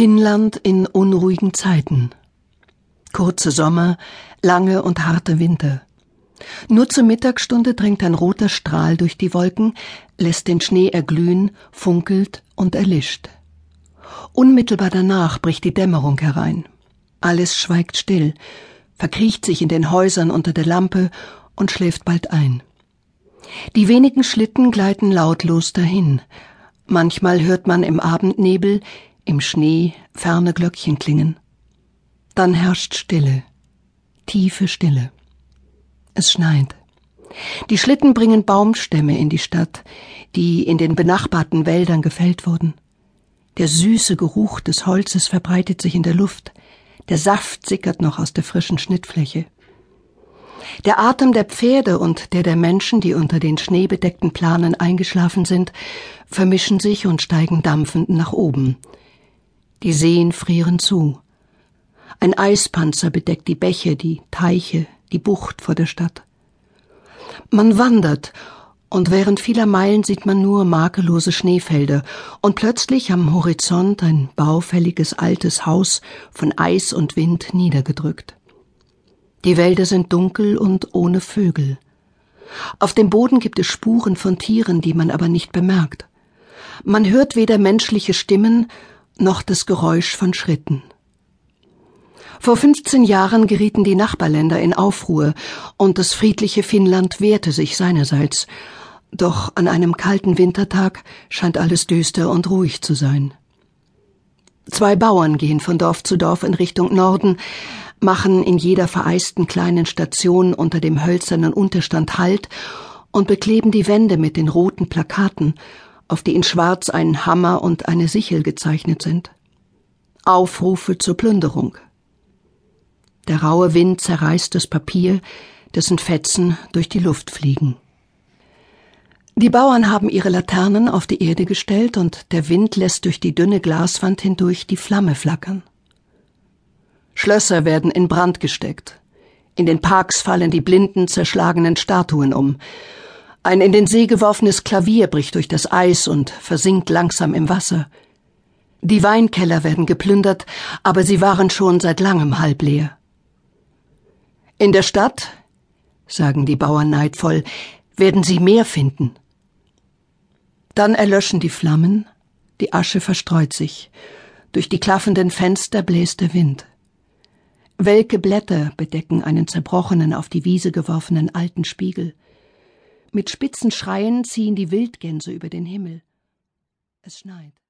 Finnland in unruhigen Zeiten. Kurze Sommer, lange und harte Winter. Nur zur Mittagsstunde drängt ein roter Strahl durch die Wolken, lässt den Schnee erglühen, funkelt und erlischt. Unmittelbar danach bricht die Dämmerung herein. Alles schweigt still, verkriecht sich in den Häusern unter der Lampe und schläft bald ein. Die wenigen Schlitten gleiten lautlos dahin. Manchmal hört man im Abendnebel, im Schnee, ferne Glöckchen klingen. Dann herrscht Stille, tiefe Stille. Es schneit. Die Schlitten bringen Baumstämme in die Stadt, die in den benachbarten Wäldern gefällt wurden. Der süße Geruch des Holzes verbreitet sich in der Luft. Der Saft sickert noch aus der frischen Schnittfläche. Der Atem der Pferde und der Menschen, die unter den schneebedeckten Planen eingeschlafen sind, vermischen sich und steigen dampfend nach oben. Die Seen frieren zu. Ein Eispanzer bedeckt die Bäche, die Teiche, die Bucht vor der Stadt. Man wandert, und während vieler Meilen sieht man nur makellose Schneefelder und plötzlich am Horizont ein baufälliges altes Haus, von Eis und Wind niedergedrückt. Die Wälder sind dunkel und ohne Vögel. Auf dem Boden gibt es Spuren von Tieren, die man aber nicht bemerkt. Man hört weder menschliche Stimmen noch das Geräusch von Schritten. Vor 15 Jahren gerieten die Nachbarländer in Aufruhr, und das friedliche Finnland wehrte sich seinerseits. Doch an einem kalten Wintertag scheint alles düster und ruhig zu sein. 2 Bauern gehen von Dorf zu Dorf in Richtung Norden, machen in jeder vereisten kleinen Station unter dem hölzernen Unterstand Halt und bekleben die Wände mit den roten Plakaten, auf die in Schwarz ein Hammer und eine Sichel gezeichnet sind. Aufrufe zur Plünderung. Der raue Wind zerreißt das Papier, dessen Fetzen durch die Luft fliegen. Die Bauern haben ihre Laternen auf die Erde gestellt, und der Wind lässt durch die dünne Glaswand hindurch die Flamme flackern. Schlösser werden in Brand gesteckt. In den Parks fallen die blinden, zerschlagenen Statuen um. Ein in den See geworfenes Klavier bricht durch das Eis und versinkt langsam im Wasser. Die Weinkeller werden geplündert, aber sie waren schon seit langem halb leer. In der Stadt, sagen die Bauern neidvoll, werden sie mehr finden. Dann erlöschen die Flammen, die Asche verstreut sich. Durch die klaffenden Fenster bläst der Wind. Welke Blätter bedecken einen zerbrochenen, auf die Wiese geworfenen alten Spiegel. Mit spitzen Schreien ziehen die Wildgänse über den Himmel. Es schneit.